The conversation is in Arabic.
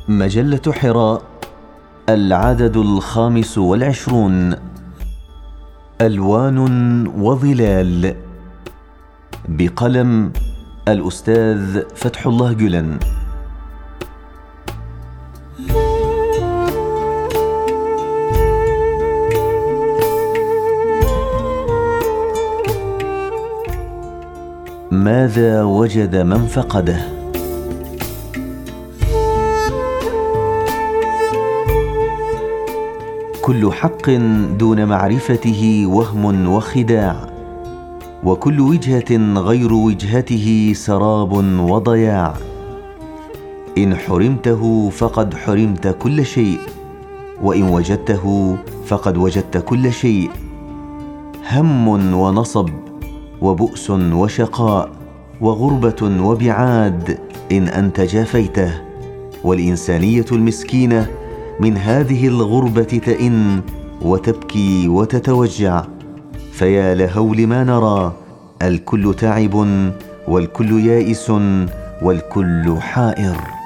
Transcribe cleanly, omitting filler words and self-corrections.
مجلة حراء، العدد 25. ألوان وظلال، بقلم الأستاذ فتح الله جلن. ماذا وجد من فقده؟ كل حق دون معرفته وهم وخداع، وكل وجهة غير وجهته سراب وضياع. إن حرمته فقد حرمت كل شيء، وإن وجدته فقد وجدت كل شيء. هم ونصب وبؤس وشقاء وغربة وبعاد إن أنت جافيته، والإنسانية المسكينة من هذه الغربة تئن وتبكي وتتوجع. فيا لهول ما نرى، الكل تعب والكل يائس والكل حائر.